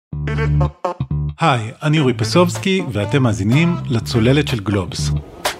היי, אני אורי פסובסקי ואתם מאזינים לצוללת של גלובס.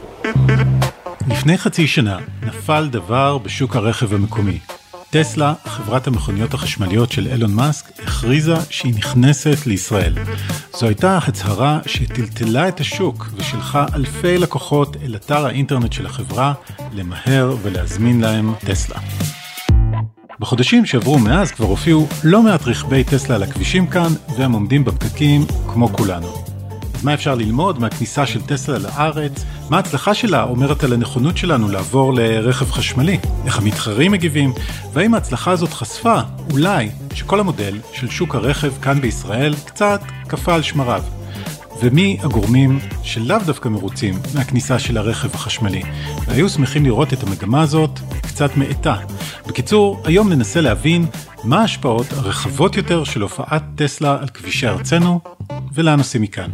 לפני חצי שנה נפל דבר בשוק הרכב המקומי. טסלה, חברת המכוניות החשמליות של אילון מאסק, הכריזה שהיא נכנסת לישראל. זו הייתה הצהרה שטלטלה את השוק ושלחה אלפי לקוחות אל אתר האינטרנט של החברה למהר ולהזמין להם טסלה. בחודשים שעברו מאז כבר הופיעו לא מעט רכבי טסלה על הכבישים כאן, והם עומדים בפקקים כמו כולנו. אז מה אפשר ללמוד מהכניסה של טסלה לארץ? מה ההצלחה שלה אומרת על הנכונות שלנו לעבור לרכב חשמלי? איך המתחרים מגיבים? והאם ההצלחה הזאת חשפה, אולי, שכל המודל של שוק הרכב כאן בישראל קצת קפא על שמריו? ומי הגורמים שלאו דווקא מרוצים מהכניסה של הרכב החשמלי? והיו שמחים לראות את המגמה הזאת קצת מאטה. בקיצור, היום ננסה להבין מה ההשפעות הרחבות יותר של הופעת טסלה על כבישי ארצנו, ולאן עושים מכאן.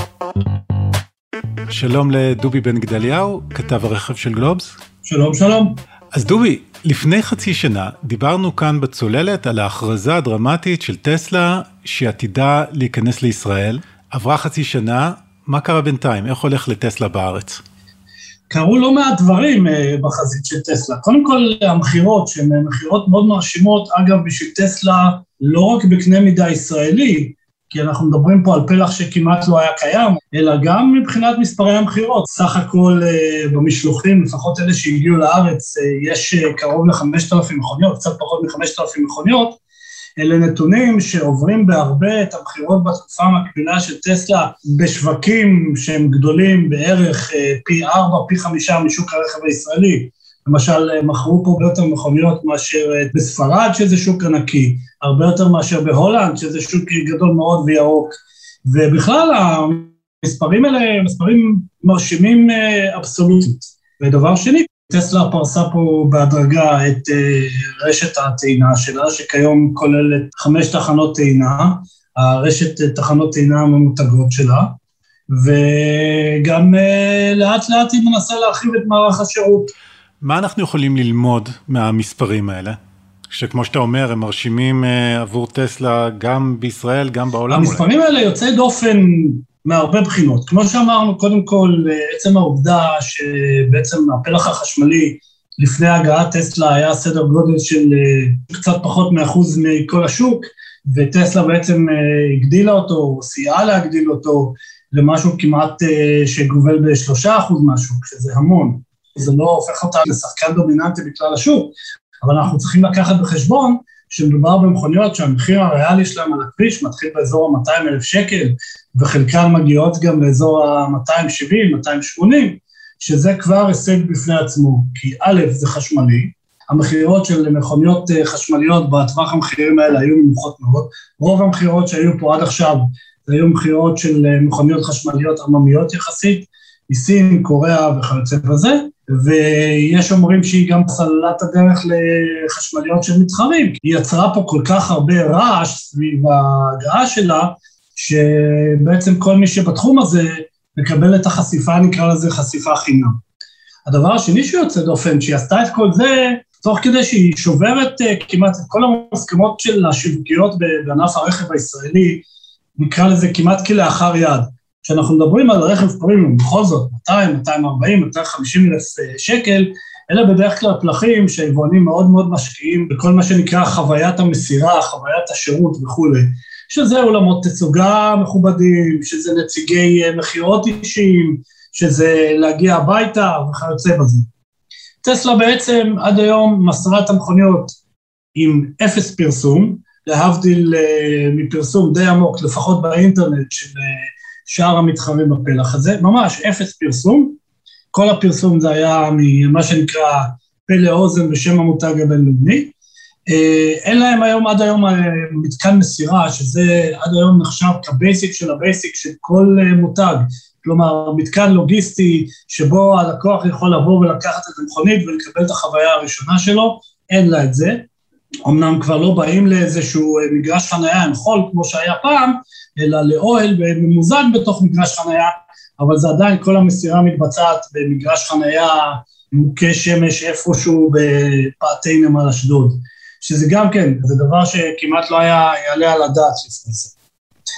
שלום לדובי בן גדליהו, כתב הרכב של גלובס. שלום, שלום. אז דובי, לפני חצי שנה דיברנו כאן בצוללת על ההכרזה הדרמטית של טסלה שעתידה להיכנס לישראל. עברה חצי שנה, מה קרה בינתיים? איך הולך לטסלה בארץ? קרו לא מעט דברים בחזית של טסלה. קודם כל, המחירות, שהן מחירות מאוד מרשימות, אגב, בשביל טסלה, לא רק בקנה מידה ישראלי, כי אנחנו מדברים פה על פלח שכמעט לא היה קיים, אלא גם מבחינת מספרי המחירות. סך הכל במשלוחים, לפחות אלה שהגיעו לארץ, יש קרוב ל-5,000 מכוניות, קצת פחות מ-5,000 מכוניות, אלה נתונים שעוברים בהרבה את המחירות בתקופה המקבילה של טסלה בשווקים שהם גדולים בערך פי 4, פי 5 משוק הרכב הישראלי. למשל, מכרו פה ביותר מכוניות מאשר בספרד, שזה שוק ענקי, הרבה יותר מאשר בהולנד, שזה שוק גדול מאוד וירוק. ובכלל, המספרים האלה הם מספרים מרשימים אבסולוטית. ודבר שני, טסלה פרסה פה בהדרגה את רשת הטעינה שלה, שכיום כוללת 5 תחנות טעינה, הרשת תחנות טעינה הממותגות שלה, וגם לאט לאט היא מנסה להרחיב את מערך השירות. מה אנחנו יכולים ללמוד מהמספרים האלה? שכמו שאתה אומר, הם מרשימים עבור טסלה גם בישראל, גם בעולם. המספרים האלה יוצאי דופן מהרבה בחינות. כמו שאמרנו, קודם כל, עצם העובדה שבעצם הפלח החשמלי לפני הגעת טסלה היה סדר גודל של קצת פחות מאחוז מכל השוק, וטסלה בעצם הגדילה אותו, סייעה להגדיל אותו למשהו כמעט שגובל ב3% מהשוק, שזה המון. זה לא הופך אותה לשחקן דומיננטי בכלל השוק, אבל אנחנו צריכים לקחת בחשבון שמדובר במכוניות שהמחיר הריאלי שלהם על הכביש מתחיל באזור ה-200,000 שקל, וחלקן מגיעות גם לאזור ה-270, 280, שזה כבר הישג בפני עצמו, כי א' זה חשמלי, המחירות של מכוניות חשמליות בטווח המחירים האלה היו נמוכות מאוד, רוב המחירות שהיו פה עד עכשיו, זה היו מחירות של מכוניות חשמליות עממיות יחסית, מסין, קוריאה וכיוצא בזה, ויש אומרים שהיא גם סללת הדרך לחשמליות של מתחרים, היא יצרה פה כל כך הרבה רעש סביב ההגעה שלה, שבעצם כל מי שבתחום הזה מקבל את החשיפה, נקרא לזה חשיפה חינם. הדבר השני שיוצא דופן, שהיא עשתה את כל זה, תוך כדי שהיא שוברת כמעט את כל המסכמות של השיווקיות בענף הרכב הישראלי, נקרא לזה כמעט כלאחר יד. כשאנחנו מדברים על רכב פרימיום, בכל זאת, 200, 240, 250 אלף שקל, אלה בדרך כלל פלחים שהיבואנים מאוד מאוד משקיעים בכל מה שנקרא חוויית המסירה, חוויית השירות וכו'. שזה עולמות תצוגה מכובדים, שזה נציגי מחירות אישיים, שזה להגיע הביתה וכיוצא בזה. טסלה בעצם עד היום מסרה את המכוניות עם אפס פרסום, להבדיל מפרסום די עמוק, לפחות באינטרנט של שאר המתחרים בפלח הזה, ממש אפס פרסום, כל הפרסום זה היה ממה שנקרא פלא אוזן בשם המותג הבינלאומי, אין להם היום עד היום מתקן מסירה, שזה עד היום נחשב כבייסיק של הבייסיק של כל מותג, כלומר מתקן לוגיסטי שבו הלקוח יכול לבוא ולקחת את המכונית ולקבל את החוויה הראשונה שלו, אין לה את זה, אמנם כבר לא באים לאיזשהו מגרש חנייה עם חול כמו שהיה פעם, אלא לאוהל וממוזג בתוך מגרש חנייה, אבל זה עדיין כל המסירה מתבצעת במגרש חנייה מוכה שמש איפשהו בפאתי נמל אשדוד, שזה גם כן, זה דבר שכמעט לא היה יעלה על הדעת לפני זה.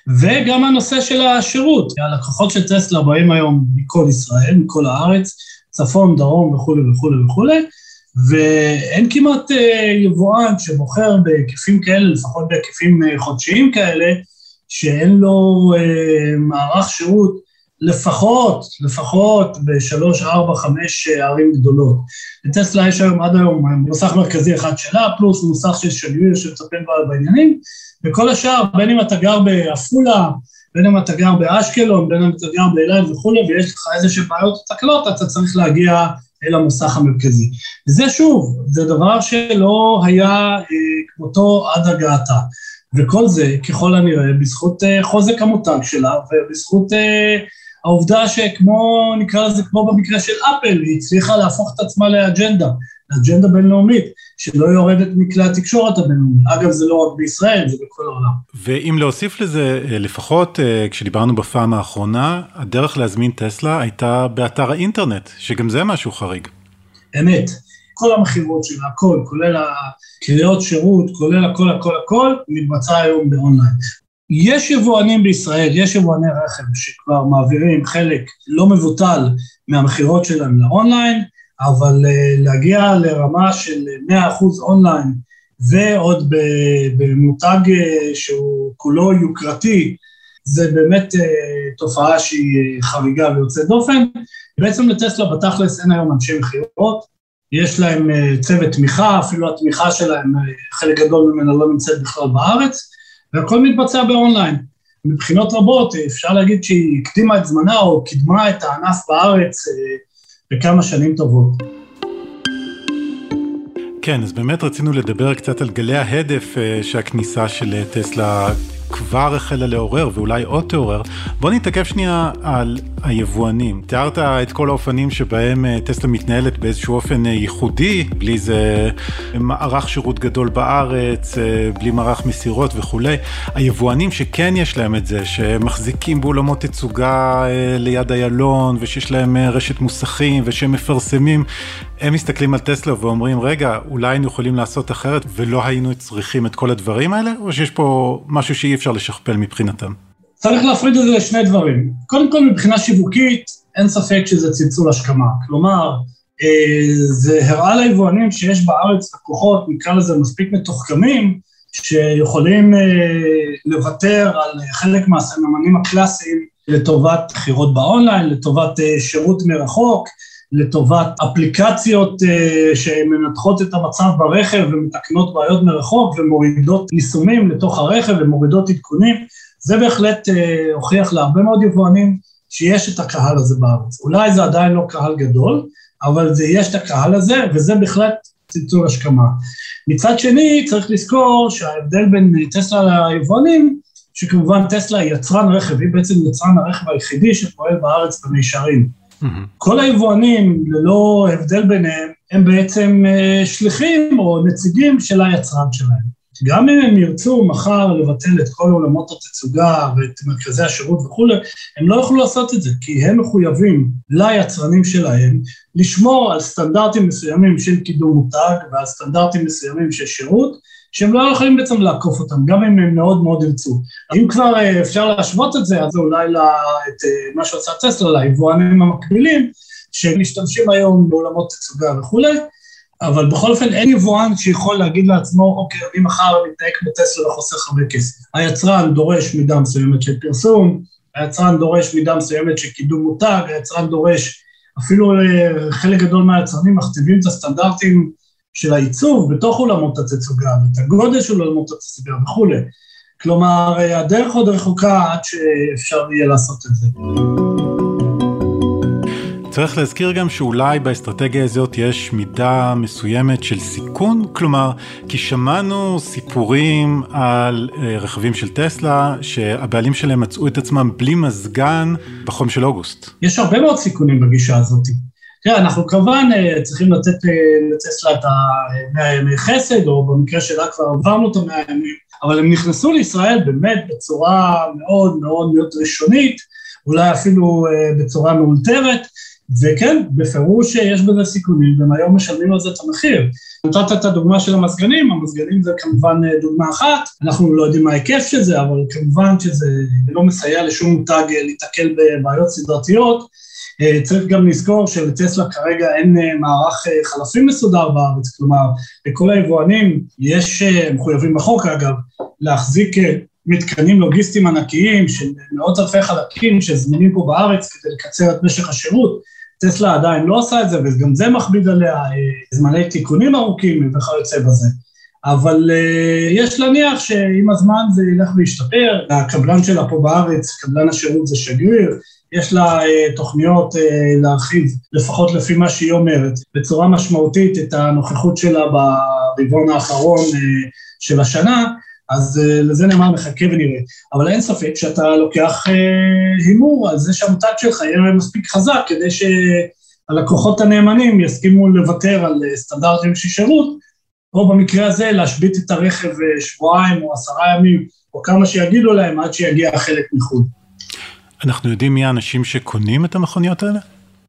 וגם הנושא של השירות, הלקוחות של טסלה באים היום מכל ישראל, מכל הארץ, צפון, דרום וכו' וכו' וכו', ואין כמעט יבואן שבוחר בהיקפים כאלה, לפחות בהיקפים חודשיים כאלה, שאין לו מערך שירות לפחות ב3, 4, 5 ערים גדולות. לטסלה יש עד היום מוסך מרכזי אחד שלה, פלוס מוסך של שליוי שמצפן בעניינים, וכל השאר, בין אם אתה גר בעפולה, בין אם אתה גר באשקלון, בין אם אתה גר באילת וכו', ויש לך איזושהי בעיות תקלות, אתה צריך להגיע אל המוסך המרכזי. וזה שוב, זה דבר שלא היה כמותו עד הגעתה. וכל זה, ככל הנראה, בזכות חוזק המותג שלה, ובזכות העובדה שכמו, נקרא לזה, כמו במקרה של אפל, היא הצליחה להפוך את עצמה לאג'נדה בינלאומית, שלא יורדת מכלי התקשורת הבינלאומית. אגב, זה לא רק בישראל, זה בכל העולם. ואם להוסיף לזה, לפחות כשדיברנו בפעם האחרונה, הדרך להזמין טסלה הייתה באתר האינטרנט, שגם זה משהו חריג. אמת. כל המחירות שלה, הכל, כולל הקריאות שירות, כולל הכל, מתבצע היום באונליין. יש יבואנים בישראל, יש יבואני רכב שכבר מעבירים חלק לא מבוטל מהמחירות שלהם לאונליין, אבל להגיע לרמה של 100% אונליין, ועוד במותג שהוא כולו יוקרתי, זה באמת תופעה שהיא חריגה ויוצאת דופן. בעצם לטסלה בתכלס אין היום אנשי מחירות, יש להם צוות תמיכה, אפילו התמיכה שלהם, חלק גדול ממנה לא נמצאת בכלל בארץ, והכל מתבצע באונליין. מבחינות רבות אפשר להגיד שהיא הקדימה את זמנה או קדמה את הענף בארץ בכמה שנים טובות. כן, אז באמת רצינו לדבר קצת על גלי ההדף שהכניסה של טסלה כבר החלה לעורר, ואולי עוד תעורר. בוא נתעכב שנייה על היבואנים. תיארת את כל האופנים שבהם טסלה מתנהלת באיזשהו אופן ייחודי, בלי זה מערך שירות גדול בארץ, בלי מערך מסירות וכו'. היבואנים שכן יש להם את זה, שמחזיקים באולמות תצוגה ליד איילון, ושיש להם רשת מוסכים, ושהם מפרסמים, הם מסתכלים על טסלה ואומרים, רגע, אולי היינו יכולים לעשות אחרת, ולא היינו צריכים את כל הדברים האלה, או שיש פה משהו שאי אפשר לשכפל מבחינתם? צריך להפריד את זה לשני דברים. קודם כל, מבחינה שיווקית, אין ספק שזה צלצול השכמה. כלומר, זה הראה ליבואנים שיש בארץ לקוחות, נקרא לזה מספיק מתוחכמים, שיכולים לוותר על חלק מהסממנים הקלאסיים, לטובת בחירות באונליין, לטובת שירות מרחוק, לטובת אפליקציות שמנתחות את המצב ברכב ומתקנות בעיות מרחוק ומורידות יישומים לתוך הרכב ומורידות עדכונים. זה בהחלט הוכיח להרבה מאוד יבואנים שיש את הקהל הזה בארץ. אולי זה עדיין לא קהל גדול, אבל יש את הקהל הזה, וזה בהחלט צלצול השכמה. מצד שני, צריך לזכור שההבדל בין טסלה ליבואנים, שכמובן טסלה היא יצרן רכב, היא בעצם יצרן הרכב היחידי שפועל בארץ במישרין. כל היבואנים, ללא הבדל ביניהם, הם בעצם שליחים או נציגים של היצרן שלהם. גם אם הם ירצו מחר לבטל את כל עולמות התצוגה ואת מרכזי השירות וכו', הם לא יוכלו לעשות את זה, כי הם מחויבים ליצרנים שלהם לשמור על סטנדרטים מסוימים של קידום מותג ועל סטנדרטים מסוימים של שירות, שהם לא יכולים בעצם לעקוף אותם, גם אם הם מאוד מאוד ירצו. אם כבר אפשר להשוות את זה, אז אולי את מה שעושה טסלה, ליבואנים המקבילים, שמשתמשים היום בעולמות תצוגה וכו', אבל בכל אופן אין יבואן שיכול להגיד לעצמו, אוקיי, אני מחר מתנהג בטסלה וחוסך הרבה כסף. היצרן דורש מידה מסוימת של פרסום, היצרן דורש מידה מסוימת של קידום מותג, היצרן דורש, אפילו חלק גדול מהיצרנים מכתיבים את הסטנדרטים של העיצוב בתוך עולמות התצוגה, ואת הגודל של עולמות התצוגה וכו'. כלומר, הדרך עוד רחוקה עד שאפשר יהיה לעשות את זה. צריך להזכיר גם שאולי באסטרטגיה הזאת יש מידה מסוימת של סיכון, כלומר, כי שמענו סיפורים על רכבים של טסלה, שהבעלים שלהם מצאו את עצמם בלי מזגן בחום של אוגוסט. יש הרבה מאוד סיכונים בגישה הזאת. תראה, אנחנו כמובן צריכים לתת לטסלה את ה-100 ימי חסד, או במקרה שלה כבר עברנו את ה-100 ימים, אבל הם נכנסו לישראל באמת בצורה מאוד מאוד מאוד ראשונית, אולי אפילו בצורה מאולתרת, וכן, בפירוש יש בזה סיכונים, והם היום משלמים על זה את המחיר. נתת את הדוגמה של המזגנים, המזגנים זה כמובן דוגמה אחת, אנחנו לא יודעים מה ההיקף של זה, אבל כמובן שזה לא מסייע לשום מותג להתקל בבעיות סדרתיות. צריך גם לזכור שלטסלה כרגע אין מערך חלפים מסודר בארץ, כלומר, לכל היבואנים יש מחויבים בחוק אגב, להחזיק מתקנים לוגיסטיים ענקיים של מאות אלפי חלקים שזמינים פה בארץ כדי לקצר את משך השירות. טסלה עדיין לא עושה את זה, וגם זה מכביד עליה זמני תיקונים ארוכים וכיוצא בזה. אבל יש להניח שעם הזמן זה ילך וישתפר, הקבלן שלה פה בארץ, קבלן השירות זה שגריר, יש לה תוכניות להרחיב, לפחות לפי מה שהיא אומרת, בצורה משמעותית את הנוכחות שלה ברבעון האחרון של השנה, אז לזה נאמר מחכה ונראה. אבל אין ספק שאתה לוקח הימור על זה שהמותג שלך יהיה מספיק חזק, כדי שהלקוחות הנאמנים יסכימו לוותר על סטנדרטים של שירות, או במקרה הזה להשבית את הרכב שבועיים או 10 ימים, או כמה שיגידו להם עד שיגיע החלק מחו"ל. אנחנו יודעים מי האנשים שקונים את המכוניות האלה?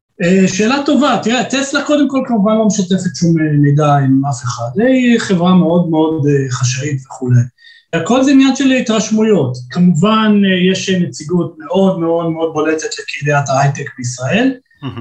שאלה טובה, תראה, טסלה קודם כל כמובן לא משתפת שום מידע עם אף אחד, היא חברה מאוד מאוד חשאית וכו'. הכל זה עניין של התרשמויות, כמובן יש נציגות מאוד מאוד מאוד בולטת לקהילת ההייטק בישראל,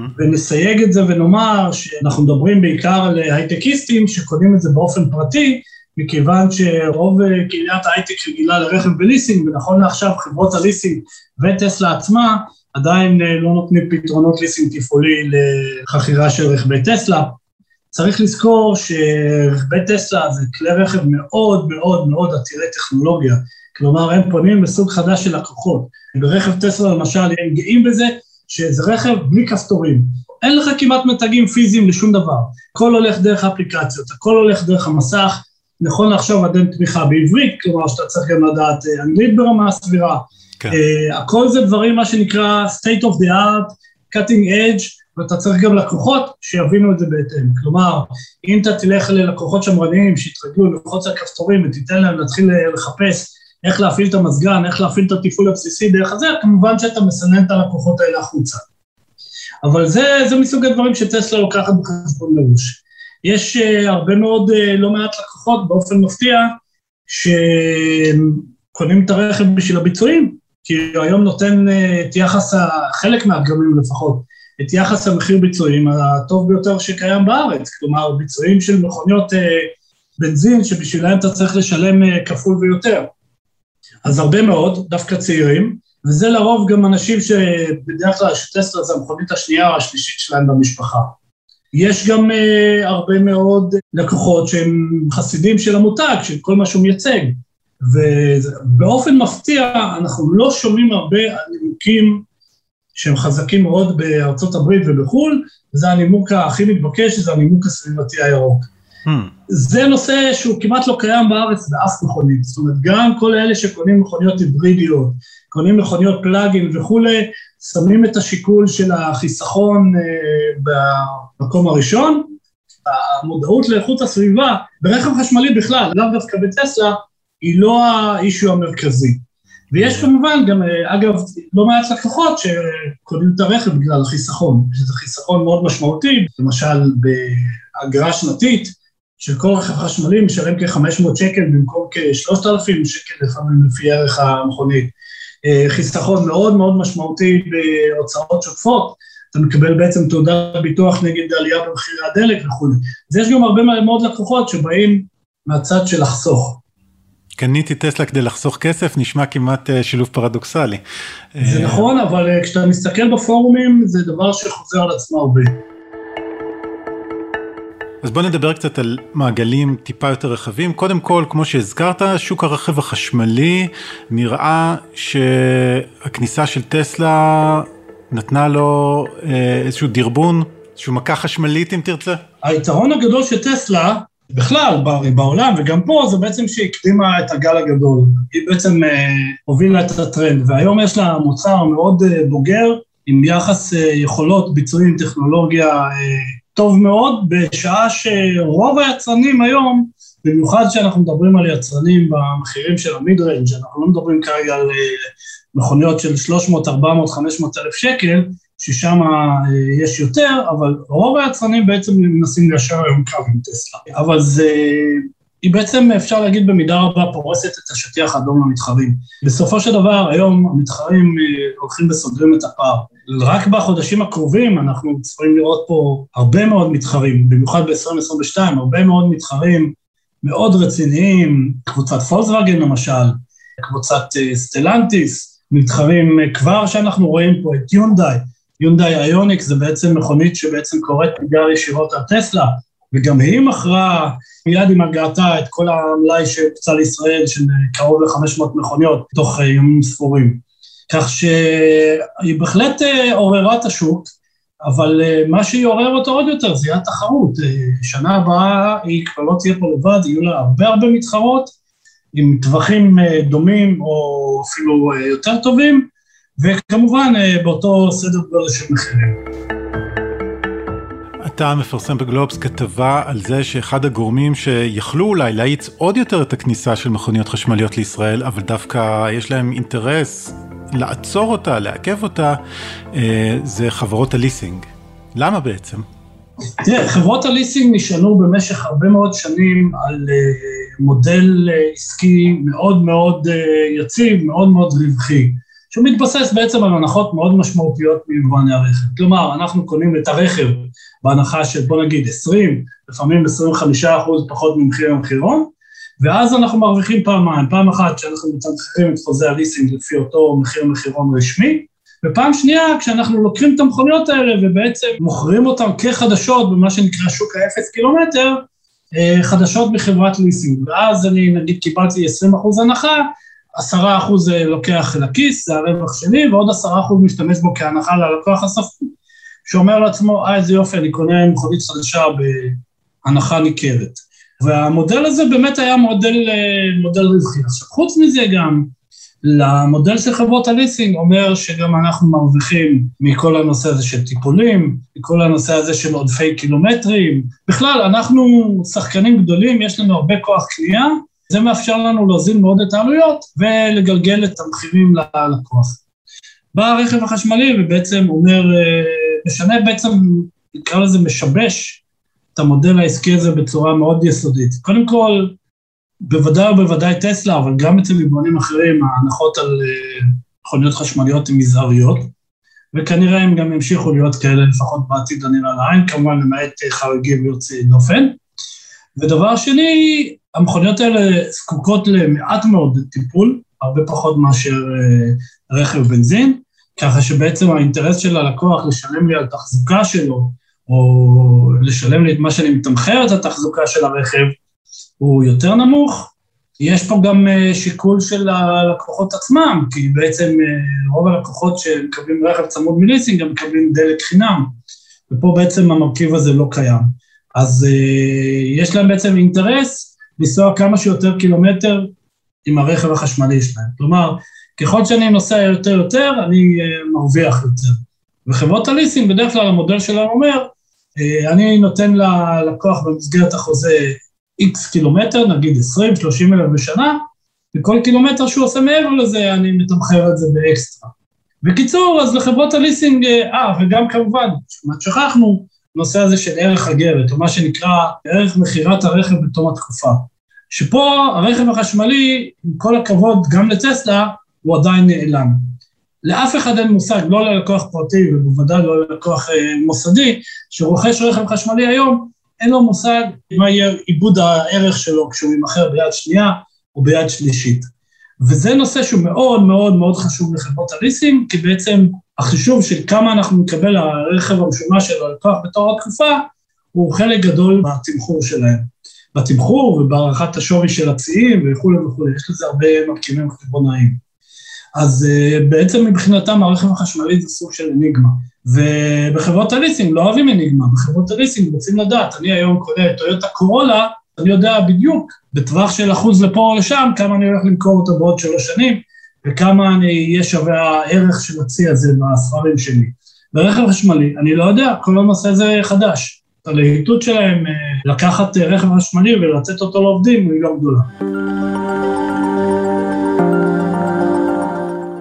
ונסייג את זה ונאמר שאנחנו מדברים בעיקר על הייטקיסטים שקונים את זה באופן פרטי, מכיוון שרוב קהילת ההייטק רגילה לרכב בליסינג, ונכון לעכשיו חברות הליסינג וטסלה עצמה, עדיין לא נותנים פתרונות ליסינג תפעולי לחכירה של רכבי טסלה. צריך לזכור שרכבי טסלה זה כלי רכב מאוד מאוד מאוד עתירי טכנולוגיה, כלומר הם פונים בסוג חדש של לקוחות. ברכב טסלה למשל הם גאים בזה שזה רכב בלי כפתורים, אין לך כמעט מתגים פיזיים לשום דבר, הכל הולך דרך האפליקציות, הכל הולך דרך המסך, נכון לחשוב עד אין תמיכה בעברית, כלומר שאתה צריך גם לדעת אנגלית ברמה סבירה, הכל זה דברים מה שנקרא state of the art, cutting edge, ואתה צריך גם לקוחות שיבינו את זה בהתאם, כלומר, אם אתה תלך ללקוחות שמרניים שיתרגלו ללחוץ על כפתורים ותיתן להם להתחיל לחפש איך להפעיל את המזגן, איך להפעיל את התפעול הבסיסי דרך הזה, כמובן שאתה מסנן את הלקוחות האלה החוצה. אבל זה מסוג הדברים שטסלה לוקחת בחשבון מראש. יש הרבה מאוד, לא מעט לקוחות באופן מפתיע, שקונים את הרכב בשביל הביצועים, כי היום נותן את יחס, חלק מהדגמים לפחות, את יחס המחיר ביצועים הטוב ביותר שקיים בארץ, כלומר ביצועים של מכוניות בנזין, שבשבילהם אתה צריך לשלם כפול ויותר. אז הרבה מאוד, דווקא צעירים, וזה לרוב גם אנשים שבדרך כלל שטסלה זה המכונית השנייה או השלישית שלהם במשפחה. יש גם הרבה מאוד לקוחות שהם חסידים של המותג, של כל מה שהוא מייצג, ובאופן מפתיע אנחנו לא שומעים הרבה על נימוקים שהם חזקים מאוד בארצות הברית ובחול, וזה הנימוק הכי מתבקש, זה הנימוק הסביבתי הירוק. זה נושא שהוא כמעט לא קיים בארץ באף מכונית, זאת אומרת, גם כל אלה שקונים מכוניות היברידיות, קונים מכוניות פלאגין וכולי, שמים את השיקול של החיסכון במקום הראשון, המודעות לאיכות הסביבה, ברכב חשמלי בכלל, לאו דווקא בטסלה, היא לא האישו המרכזי. ויש כמובן גם, אגב, לא מעט לקוחות שקונים את הרכב בגלל החיסכון, שזה חיסכון מאוד משמעותי, למשל באגרה שנתית, של כל רכב חשמלי משלם כ-500 שקל במקום כ-3,000 שקל לפעמים לפי ערך המכונית. חיסכון מאוד מאוד משמעותי בהוצאות שוטפות, אתה מקבל בעצם תעודת ביטוח נגד עלייה במחירי הדלק וכו'. אז יש גם הרבה מאוד לקוחות שבאים מהצד של לחסוך. קניתי טסלה כדי לחסוך כסף, נשמע כמעט שילוב פרדוקסלי. זה נכון, אבל כשאתה מסתכל בפורומים, זה דבר שחוזר על עצמו הרבה. אז בוא נדבר קצת על מעגלים טיפה יותר רחבים. קודם כל, כמו שהזכרת, שוק הרכב החשמלי נראה שהכניסה של טסלה נתנה לו איזשהו דרבון, איזשהו מכה חשמלית אם תרצה. היתרון הגדול של טסלה, בכלל בעולם וגם פה, זה בעצם שהיא הקדימה את הגל הגדול. היא בעצם הובילה את הטרנד, והיום יש לה מוצר מאוד בוגר, עם יחס יכולות, ביצועים, טכנולוגיה טוב מאוד, בשעה שרוב היצרנים היום, במיוחד שאנחנו מדברים על יצרנים במחירים של המיד-ריינג', אנחנו לא מדברים כרגע על מכוניות של 300, 400, 500 אלף שקל, ששם יש יותר, אבל רוב היצרנים בעצם מנסים ליישר היום קו עם טסלה. אבל היא בעצם, אפשר להגיד במידה רבה, פורסת את השטיח האדום למתחרים. בסופו של דבר, היום המתחרים הולכים וסוגרים את הפער. רק בחודשים הקרובים אנחנו צריכים לראות פה הרבה מאוד מתחרים, במיוחד ב-2022, הרבה מאוד מתחרים מאוד רציניים, קבוצת פולקסווגן למשל, קבוצת סטלנטיס, מתחרים כבר שאנחנו רואים פה את יונדאי איוניק, זה בעצם מכונית שבעצם קוראת פגר ישירות על טסלה, וגם היא מכרה מיד עם הגעתה את כל המלאי שהוקצה לישראל, של קרוב ל-500 מכוניות, תוך ימים ספורים. כך שהיא בהחלט עוררה את השוק, אבל מה שהיא עורר אותו עוד יותר, זה היה תחרות. שנה הבאה היא כבר לא תהיה פה לבד, יהיו לה הרבה מתחרות, עם טווחים דומים או אפילו יותר טובים, וכמובן באותו סדר גודל של מחירים. אתה מפרסם בגלובס כתבה על זה שאחד הגורמים שיכלו אולי להאיץ עוד יותר את הכניסה של מכוניות חשמליות לישראל, אבל דווקא יש להם אינטרס לעצור אותה, לעכב אותה, זה חברות הליסינג. למה בעצם? תראה, חברות הליסינג נשענו במשך הרבה מאוד שנים על מודל עסקי מאוד מאוד יציב, מאוד מאוד רווחי, שהוא מתבסס בעצם על הנחות מאוד משמעותיות מיבואני הרכב. כלומר, אנחנו קונים את הרכב בהנחה של בוא נגיד 20, לפעמים 25% פחות ממחיר המחירון, ואז אנחנו מרוויחים פעמיים, פעם אחת שאנחנו מתמחרים את חוזה הליסינג לפי אותו מחיר מחירון רשמי, ופעם שנייה כשאנחנו לוקחים את המכוניות האלה ובעצם מוכרים אותם כחדשות במה שנקרא שוק ה-0 קילומטר, חדשות בחברת ליסינג, ואז אני נגיד קיבלתי 20% הנחה, 10% לוקח לכיס, זה הרווח שלי, ועוד 10% משתמש בו כהנחה ללקוח הסופי, שאומר לעצמו, איזה יופי, אני קונה מכונית חדשה בהנחה ניכרת. והמודל הזה באמת היה מודל רווחי. עכשיו, חוץ מזה גם, למודל של חברות הליסינג אומר שגם אנחנו מרוויחים מכל הנושא הזה של טיפולים, מכל הנושא הזה של עודפי קילומטרים. בכלל, אנחנו שחקנים גדולים, יש לנו הרבה כוח קנייה, זה מאפשר לנו להוזיל מאוד את העלויות ולגלגל את המחירים ללקוח. בא הרכב החשמלי ובעצם אומר, משנה בעצם, נקרא לזה משבש את המודל העסקי הזה בצורה מאוד יסודית. קודם כל, בוודאי טסלה, אבל גם אצל יבואנים אחרים, ההנחות על מכוניות חשמליות הן מזעריות, וכנראה הם גם ימשיכו להיות כאלה לפחות בעתיד הנראה לעין, כמובן למעט חריגים ויוצאי דופן. ודבר שני, המכוניות האלה זקוקות למעט מאוד טיפול, הרבה פחות מאשר רכב בנזין, ככה שבעצם האינטרס של הלקוח לשלם לי על תחזוקה שלו, או לשלם לי את מה שאני מתמחר את התחזוקה של הרכב, הוא יותר נמוך. יש פה גם שיקול של הלקוחות עצמם, כי בעצם רוב הלקוחות שמקבלים רכב צמוד מליסינג, גם מקבלים דלק חינם, ופה בעצם המרכיב הזה לא קיים. אז יש להם בעצם אינטרס לנסוע כמה שיותר קילומטר עם הרכב החשמלי שלהם. כלומר, ככל שאני נוסע יותר, אני מרוויח יותר. וחברות הליסינג, בדרך כלל המודל שלנו אומר, אני נותן ללקוח במסגרת החוזה X קילומטר, נגיד 20-30 אלף בשנה, וכל קילומטר שהוא עושה מעבר לזה, אני מתמחר את זה באקסטרה. בקיצור, אז לחברות הליסינג, וגם כמובן, מה שכחנו, נושא הזה של ערך אגרת, או מה שנקרא ערך מחירת הרכב בתום התקופה. שפה הרכב החשמלי, עם כל הכבוד, גם לטסלה, הוא עדיין נעלם. לאף אחד אין מושג, לא ללקוח פרטי, ובוודאי לא ללקוח מוסדי, שרוכש רכב חשמלי היום, אין לו מושג מה יהיה עיבוד הערך שלו כשהוא ימחר ביד שנייה או ביד שלישית. וזה נושא שהוא מאוד מאוד מאוד חשוב לחברות הליסינג, כי בעצם החישוב של כמה אנחנו נקבל הרכב המשומש של הלקוח בתור התקופה, הוא חלק גדול בתמחור שלהם. בתמחור ובערכת השווי של הציים וכו' וכו', יש לזה הרבה מרכיבים חשבונאיים. אז בעצם מבחינתם הרכב החשמלי זה סוג של אניגמה, ובחברות הליסינג לא אוהבים אניגמה, בחברות הליסינג רוצים לדעת, אני היום קונה את טויוטה קורולה, אני יודע בדיוק, בטווח של 1% לפה או לשם, כמה אני הולך למכור אותו בעוד 3 שנים, וכמה יהיה שווה הערך של הצי הזה בספרים שלי. ברכב חשמלי, אני לא יודע, כל הנושא הזה חדש. הלהיטות שלהם לקחת רכב חשמלי ולצאת אותו לעובדים היא לא גדולה.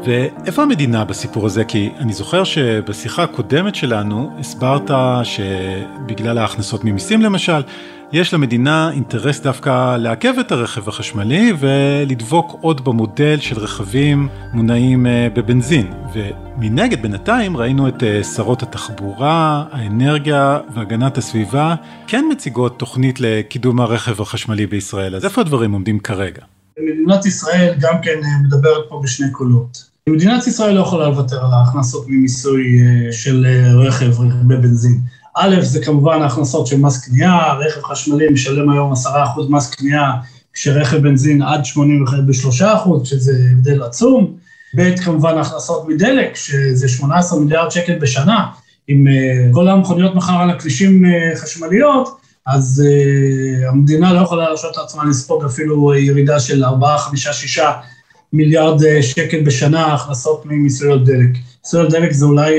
ואיפה המדינה בסיפור הזה? כי אני זוכר שבשיחה הקודמת שלנו הסברת שבגלל ההכנסות ממיסים למשל, יש למדינה אינטרס דווקא לעכב את הרכב החשמלי ולדבוק עוד במודל של רכבים מונעים בבנזין. ומנגד בינתיים ראינו את שרות התחבורה, האנרגיה והגנת הסביבה כן מציגות תוכנית לקידום הרכב החשמלי בישראל. אז איפה הדברים עומדים כרגע? מדינת ישראל גם כן מדברת פה בשני קולות. מדינת ישראל לא יכולה לוותר על ההכנסות ממיסוי של רכב בבנזין. א', זה כמובן ההכנסות של מס קנייה, רכב חשמלי משלם היום 10% מס קנייה, כשרכב בנזין עד 83%, שזה הבדל עצום. ב', כמובן ההכנסות מדלק, שזה 18 מיליארד שקל בשנה, עם כל המכוניות מחר על הכבישים חשמליות, אז המדינה לא יכולה להרשות לעצמה לספוג אפילו ירידה של 4, 5, 6 מיליארד שקל בשנה, הכנסות ממיסויות דלק. מיסויות דלק זה אולי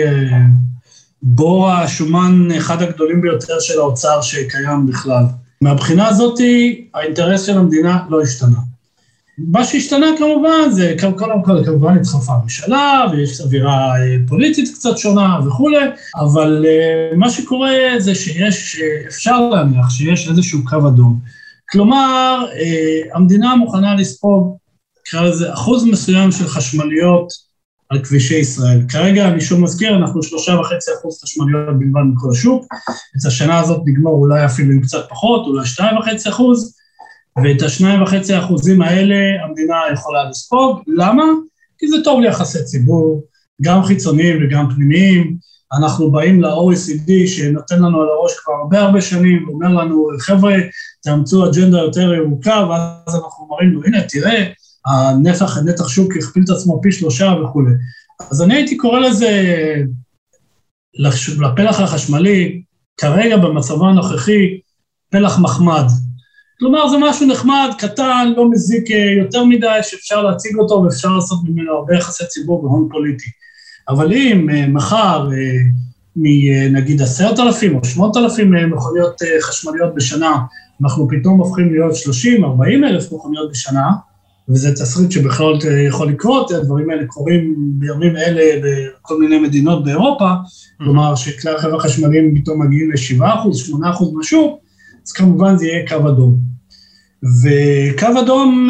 בור השומן אחד הגדולים ביותר של האוצר שקיים בכלל. מהבחינה הזאת, האינטרס של המדינה לא השתנה. מה שהשתנה כמובן, זה כמובן התחלפה הממשלה, ויש אווירה פוליטית קצת שונה וכו', אבל מה שקורה זה אפשר להניח שיש איזשהו קו אדום. כלומר, המדינה מוכנה לספוג, נקרא לזה, אחוז מסוים של חשמליות על כבישי ישראל. כרגע אני שוב מזכיר, אנחנו 3.5% חשמליות בלבד מכל השוק, את השנה הזאת נגמור אולי אפילו עם קצת פחות, אולי 2.5%, ואת ה2.5% האלה המדינה יכולה לספוג. למה? כי זה טוב ליחסי ציבור, גם חיצוניים וגם פנימיים. אנחנו באים ל-OECD שנותן לנו על הראש כבר הרבה שנים, ואומר לנו, חבר'ה, תאמצו אג'נדה יותר ירוקה, ואז אנחנו אומרים לו, הנה, תראה, הנתח שוק הכפיל את עצמו פי 3 וכו'. אז אני הייתי קורא לזה, לפלח החשמלי, כרגע במצבה הנוכחי, פלח מחמד. כלומר, זה משהו נחמד, קטן, לא מזיק יותר מדי, שאפשר להציג אותו ואפשר לעשות ממנו הרבה יחסי ציבור והון פוליטי. אבל אם מחר, נגיד 10,000 או 8,000 מכוניות חשמליות בשנה, אנחנו פתאום הופכים להיות 30-40 אלף מכוניות בשנה, וזה תסריט שבכלל יכול לקרות, הדברים האלה קורים בימים אלה בכל מיני מדינות באירופה, כלומר שכלי הרכב החשמליים פתאום מגיעים ל7%, 8% משהו, אז כמובן זה יהיה קו אדום. וקו אדום,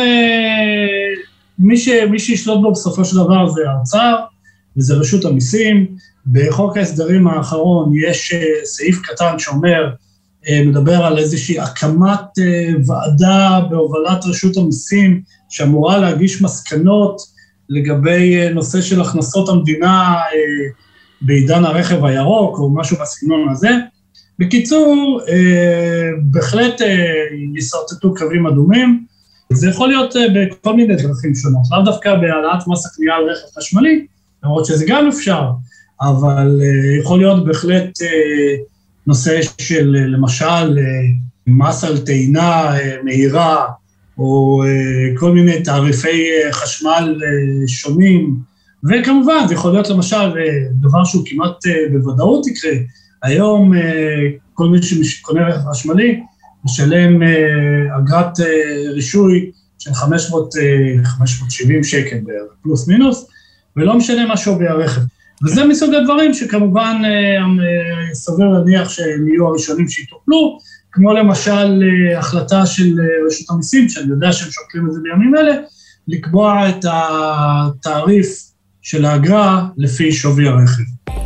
מי שישלוט בו בסופו של דבר זה האוצר, וזה רשות המיסים. בחוק ההסדרים האחרון יש סעיף קטן שאומר, מדבר על איזושהי הקמת ועדה בהובלת רשות המיסים, שאמורה להגיש מסקנות לגבי נושא של הכנסות המדינה בעידן הרכב הירוק, או משהו בסגנון הזה. בקיצור, בהחלט יסרטטו קווים אדומים, זה יכול להיות בכל מיני דרכים שונות, לאו דווקא בהעלאת מס הקנייה על רכב חשמלי, למרות שזה גם אפשר, אבל יכול להיות בהחלט נושא של למשל מס על טעינה מהירה, או כל מיני תעריפי חשמל שונים, וכמובן זה יכול להיות למשל דבר שהוא כמעט בוודאות יקרה, היום כל מי שקונה רכב חשמלי משלם אגרת רישוי של 570 שקל פלוס מינוס, ולא משנה מה שווי הרכב. וזה מסוג הדברים שכמובן סביר להניח שהם יהיו הראשונים שיטופלו, כמו למשל החלטה של רשות המיסים, שאני יודע שהם שוקלים את זה בימים אלה, לקבוע את התעריף של האגרה לפי שווי הרכב.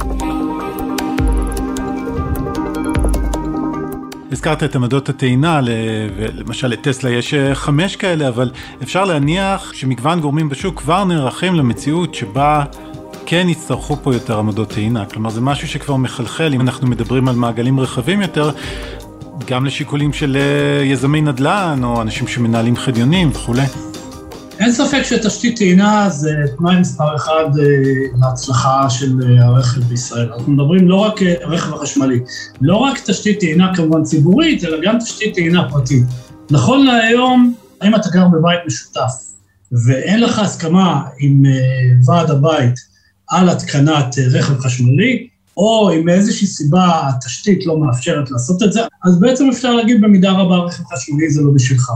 הזכרת את עמדות הטעינה, ולמשל לטסלה יש 5 כאלה, אבל אפשר להניח שמגוון גורמים בשוק כבר נערכים למציאות שבה כן יצטרכו פה יותר עמדות טעינה. כלומר, זה משהו שכבר מחלחל, אם אנחנו מדברים על מעגלים רחבים יותר, גם לשיקולים של יזמי נדל"ן, או אנשים שמנהלים חדיונים וכו'. אין ספק שתשתית טעינה זה תנאי מספר 1 להצלחה של הרכב בישראל. אנחנו מדברים לא רק רכב החשמלי, לא רק תשתית טעינה כמובן ציבורית, אלא גם תשתית טעינה פרטית. נכון להיום, אם אתה גר בבית משותף, ואין לך הסכמה עם ועד הבית על התקנת רכב חשמלי, או אם מאיזושהי סיבה התשתית לא מאפשרת לעשות את זה, אז בעצם אפשר להגיד במידה רבה רכב חשמלי זה לא בשבילך.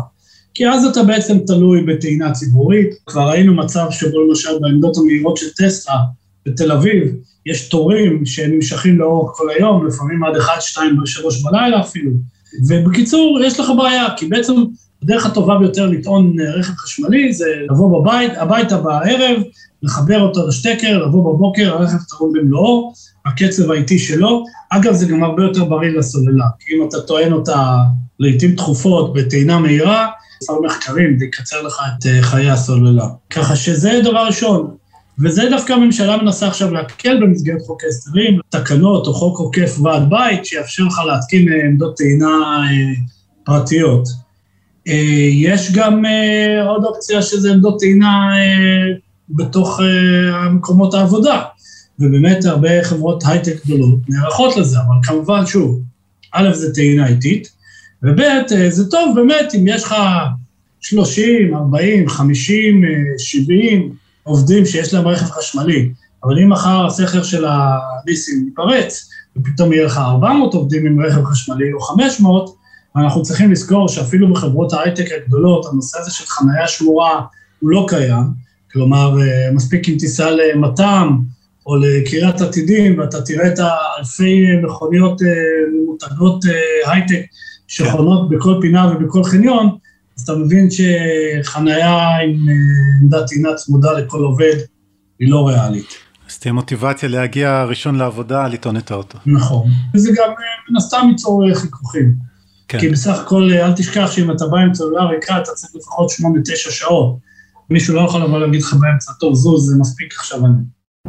כי אז אתה בעצם תלוי בטעינה ציבורית, כבר ראינו מצב שבו למשל בעמדות המהירות של טסלה בתל אביב, יש תורים שנמשכים לאורך כל היום, לפעמים עד 1, 2, 3 בלילה אפילו, ובקיצור יש לך בעיה, כי בעצם הדרך הטובה ביותר לטעון רכב חשמלי זה לבוא הביתה בערב, לחבר אותו לשטקר, לבוא בבוקר, הרכב טעון במלואו, הקצב האיטי שלו, אגב זה גם הרבה יותר בריא לסוללה, כי אם אתה טוען אותה לעתים תכופות בטעינה מהירה, עשר מחקרים, זה יקצר לך את חיי הסוללה. ככה שזה דבר ראשון, וזה דווקא הממשלה מנסה עכשיו להקל במסגרת חוק ההסדרים, תקנות או חוק עוקף ועד בית, שיאפשר לך להתקין עמדות טעינה פרטיות. יש גם עוד אופציה שזה עמדות טעינה בתוך מקומות העבודה, ובאמת הרבה חברות הייטק גדולות נערכות לזה, אבל כמובן שוב, א' זה טעינה איטית, וב' זה טוב באמת אם יש לך 30, 40, 50, 70 עובדים שיש להם רכב חשמלי, אבל אם מחר הסכר של הליסינג ייפרץ, ופתאום יהיה לך 400 עובדים עם רכב חשמלי או 500, אנחנו צריכים לזכור שאפילו בחברות ההייטק הגדולות, הנושא הזה של חנייה שמורה הוא לא קיים, כלומר מספיק אם תיסע למתם או לקריית עתידים, ואתה תראה את האלפי מכוניות ממותגות הייטק שחונות בכל פינה ובכל חניון, אז אתה מבין שחנייה עם עמדת טעינה צמודה לכל עובד היא לא ריאלית. אז תהיה מוטיבציה להגיע ראשון לעבודה, לטעון את האוטו. נכון, וזה גם מן הסתם ייצור חיכוכים. כן. כי בסך הכל אל תשכח שאם אתה בא עם צוללה ריקה, אתה צריך לפחות 8-9 שעות. מישהו לא יכול לבוא להגיד לך באמצע, טוב זוז, זה מספיק עכשיו אני.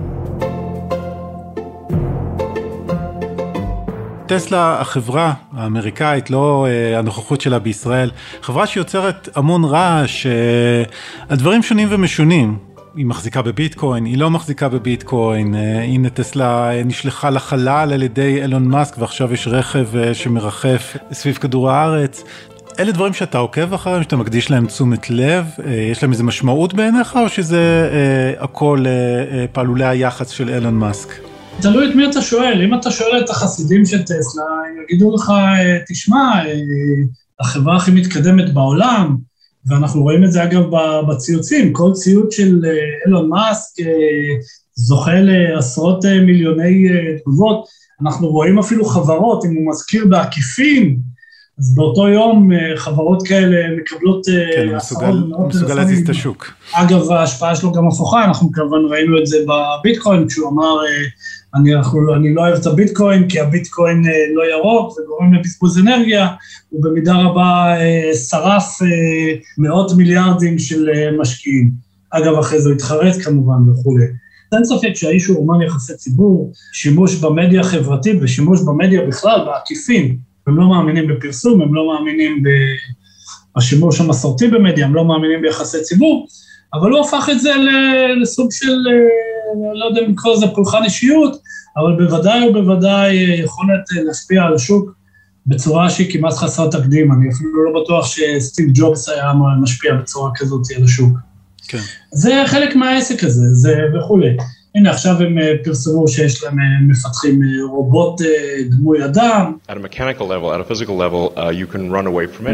טסלה, החברה האמריקאית, לא הנוכחות שלה בישראל, חברה שיוצרת המון רעש, הדברים שונים ומשונים. היא מחזיקה בביטקוין, היא לא מחזיקה בביטקוין, הנה טסלה נשלחה לחלל על ידי אילון מאסק, ועכשיו יש רכב שמרחף סביב כדור הארץ. אלה דברים שאתה עוקב אחריהם, שאתה מקדיש להם תשומת לב, יש להם איזו משמעות בעיניך, או שזה הכל פעלולי היחס של אילון מאסק? תלוי את מי אתה שואל, אם אתה שואל את החסידים של טסלה, הם יגידו לך, תשמע, החברה הכי מתקדמת בעולם, ואנחנו רואים את זה אגב בציוצים, כל ציוץ של אילון מאסק זוכה לעשרות מיליוני תגובות, אנחנו רואים אפילו חברות, אם הוא מזכיר בעקיפין, אז באותו יום חברות כאלה מקבלות מסוגל להזיז את השוק. אגב, ההשפעה שלו גם הפוכה, אנחנו כמובן ראינו את זה בביטקוין, כשהוא אמר, אני לא אוהב את הביטקוין, כי הביטקוין לא ירוק, זה גורם לבזבוז אנרגיה, הוא במידה רבה שרף מאות מיליארדים של משקיעים. אגב, אחרי זה הוא התחרט כמובן וכו'. אין ספק שהאיש הוא אומן יחסי ציבור, שימוש במדיה החברתית ושימוש במדיה בכלל, בעקיפין, הם לא מאמינים בפרסום, הם לא מאמינים בשימוש המסורתי במדיה, הם לא מאמינים ביחסי ציבור, אבל הוא הפך את זה לסוג של, לא יודע אם לקרוא לזה פולחן אישיות, אבל בוודאי ובוודאי יכולת להשפיע על השוק בצורה שהיא כמעט חסרת תקדים, אני אפילו לא בטוח שסטיב ג'ובס היה משפיע בצורה כזאת על השוק. כן. זה חלק מהעסק הזה, זה וכולי. הנה, עכשיו הם פרסמו שיש להם מפתחים רובוט דמוי אדם. At a mechanical level, at a physical level, you can run away from it,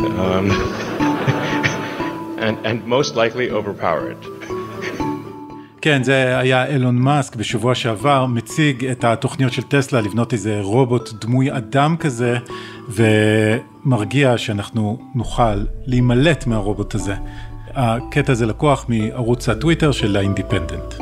and most likely overpower it. כן, זה היה אילון מאסק בשבוע שעבר, מציג את התוכניות של טסלה לבנות איזה רובוט דמוי אדם כזה, ומרגיע שאנחנו נוכל להימלט מהרובוט הזה. הקטע הזה לקוח מערוץ הטוויטר של האינדיפנדנט.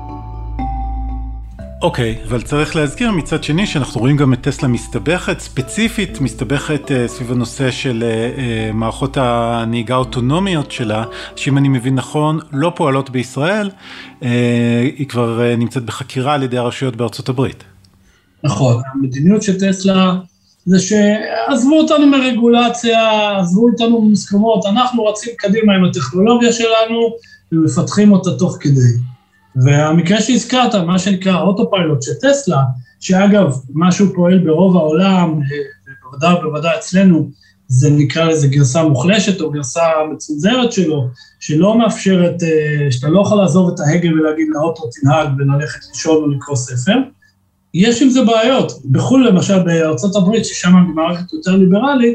אוקיי, אבל צריך להזכיר מצד שני שאנחנו רואים גם את טסלה מסתבכת, ספציפית מסתבכת סביב הנושא של מערכות הנהיגה האוטונומיות שלה, שאם אני מבין נכון, לא פועלות בישראל, היא כבר נמצאת בחקירה על ידי הרשויות בארצות הברית. נכון, המדיניות של טסלה זה שעזבו אותנו מרגולציה, עזבו אותנו ממוסכמות, אנחנו רצים קדימה עם הטכנולוגיה שלנו ומפתחים אותה תוך כדי. והמקרה שהזכרת, מה שנקרא אוטופיילוט של טסלה, שאגב, מה שהוא פועל ברוב העולם, בוודאי אצלנו, זה נקרא לזה גרסה מוחלשת או גרסה מצונזרת שלו, שלא מאפשרת, שאתה לא יכול לעזוב את ההגה ולהגיד לאוטו תנהג וללכת לישון או לקרוא ספר. יש עם זה בעיות. בחו"ל למשל בארצות הברית, ששם המערכת יותר ליברלית,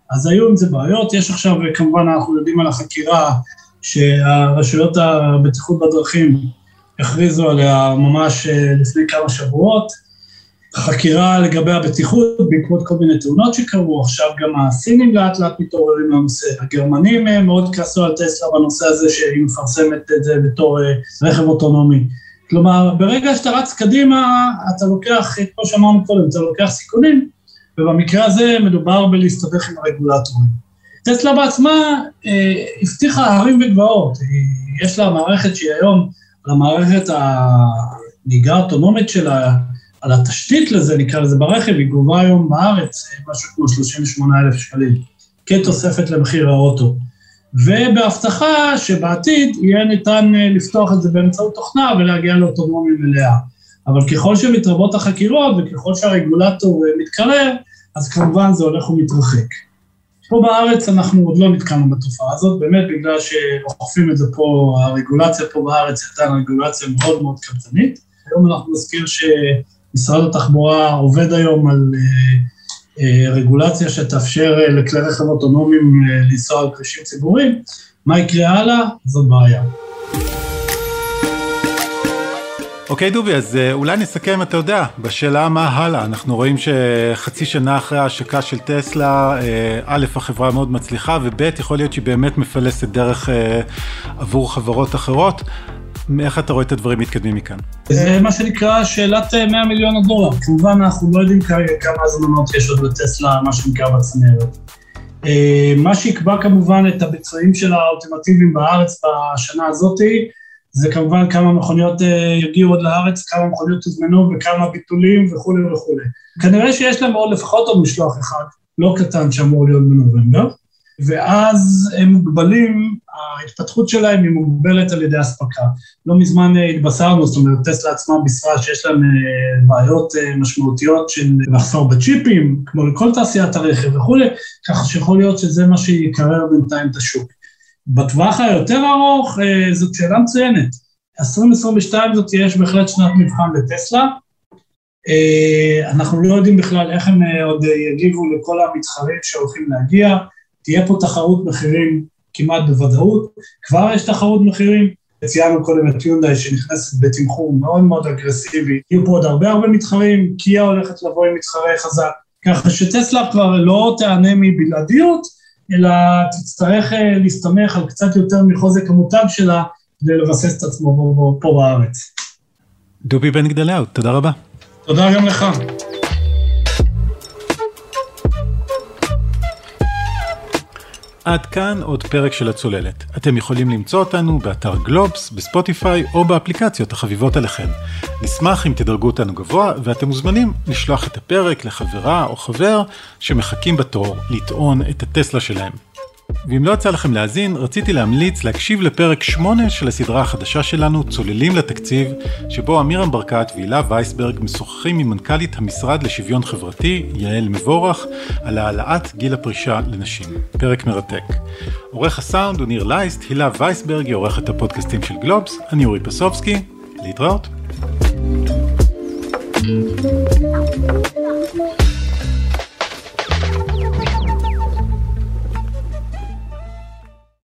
אז היו עם זה בעיות, יש עכשיו, כמובן אנחנו יודעים על החקירה, שהרשויות הבטיחות בדרכים הכריזו עליה ממש לפני כמה שבועות, חקירה לגבי הבטיחות בעקבות כל מיני תאונות שקרו, עכשיו גם הסינים לאט לאט מתעוררים לנושא, הגרמנים מאוד כעסו על טסלה בנושא הזה שהיא מפרסמת את זה בתור רכב אוטונומי, כלומר ברגע שאתה רץ קדימה אתה לוקח, כמו שאמרנו קודם, אתה לוקח סיכונים, ובמקרה הזה מדובר בלהסתבך עם הרגולטורים. טסלה בעצמה הבטיחה הרים וגבעות, יש לה מערכת שהיא היום, על המערכת הנהיגה האוטונומית שלה, על התשתית לזה, נקרא לזה ברכב, היא גובה היום בארץ, משהו כמו 38,000 שקלים, כתוספת למחיר האוטו. ובהבטחה שבעתיד יהיה ניתן לפתוח את זה באמצעות תוכנה ולהגיע לאוטונומיה מלאה. אבל ככל שמתרבות החקירות וככל שהרגולטור מתקרר, אז כמובן זה הולך ומתרחק. פה בארץ אנחנו עוד לא נתקלנו בתופעה הזאת, באמת בגלל שאוכפים את זה פה, הרגולציה פה בארץ הייתה רגולציה מאוד מאוד קטנית. היום אנחנו נזכיר שמשרד התחבורה עובד היום על רגולציה שתאפשר לכלי רכב אוטונומיים לנסוע על כבישים ציבוריים. מה יקרה הלאה? זאת בעיה. אוקיי דובי, אז אולי נסכם, אתה יודע, בשאלה מה הלאה. אנחנו רואים שחצי שנה אחרי ההשקה של טסלה, א', החברה מאוד מצליחה, וב', יכול להיות שהיא באמת מפלסת דרך עבור חברות אחרות. איך אתה רואה את הדברים מתקדמים מכאן? זה מה שנקרא שאלת 100 מיליון דולר. כמובן אנחנו לא יודעים כמה הזמנות יש עוד לטסלה, מה שנקרא בצנרת. מה שיקבע כמובן את הביצועים של האולטימטיביים בארץ בשנה הזאת, זה כמובן כמה מכוניות יגיעו עוד לארץ, כמה מכוניות תוזמנו וכמה ביטולים וכו' וכו'. כנראה שיש להם עוד לפחות עוד משלוח אחד, לא קטן שאמור להיות בנובמבר, ואז הם מוגבלים, ההתפתחות שלהם היא מוגבלת על ידי הספקה. לא מזמן התבשרנו, זאת אומרת, טסלה עצמה בישרה שיש להם בעיות משמעותיות של מחסור בצ'יפים, כמו לכל תעשיית הרכב וכו', כך שיכול להיות שזה מה שיקרר בינתיים את השוק. בטווח היותר ארוך, זאת שאלה מצוינת. 2022 זאת יש בהחלט שנת מבחן לטסלה. אנחנו לא יודעים בכלל איך הם עוד יגיבו לכל המתחרים שהולכים להגיע. תהיה פה תחרות מחירים כמעט בוודאות. כבר יש תחרות מחירים. ציינו קודם את יונדאי שנכנסת בתמחור מאוד מאוד אגרסיבי. יהיו פה עוד הרבה מתחרים. קיה הולכת לבוא עם מתחרה חזק. ככה שטסלה כבר לא תענה מבלעדיות, אלא תצטרך להסתמך על קצת יותר מחוזק המותג שלה, כדי לבסס את עצמו פה בארץ. דובי בן גדליהו, תודה רבה. תודה גם לך. עד כאן עוד פרק של הצוללת. אתם יכולים למצוא אותנו באתר גלובס, בספוטיפיי או באפליקציות החביבות עליכם. נשמח אם תדרגו אותנו גבוה, ואתם מוזמנים לשלוח את הפרק לחברה או חבר שמחכים בתור לטעון את הטסלה שלהם. ואם לא יצא לכם להאזין, רציתי להמליץ להקשיב לפרק 8 של הסדרה החדשה שלנו, צוללים לתקציב, שבו אמירם ברקת והילה וייסברג משוחחים עם מנכ"לית המשרד לשוויון חברתי, יעל מבורך, על העלאת גיל הפרישה לנשים. פרק מרתק. עורך הסאונד הוא ניר לייסט, הילה וייסברג היא עורכת הפודקאסטים של גלובס, אני אורי פסובסקי, להתראות.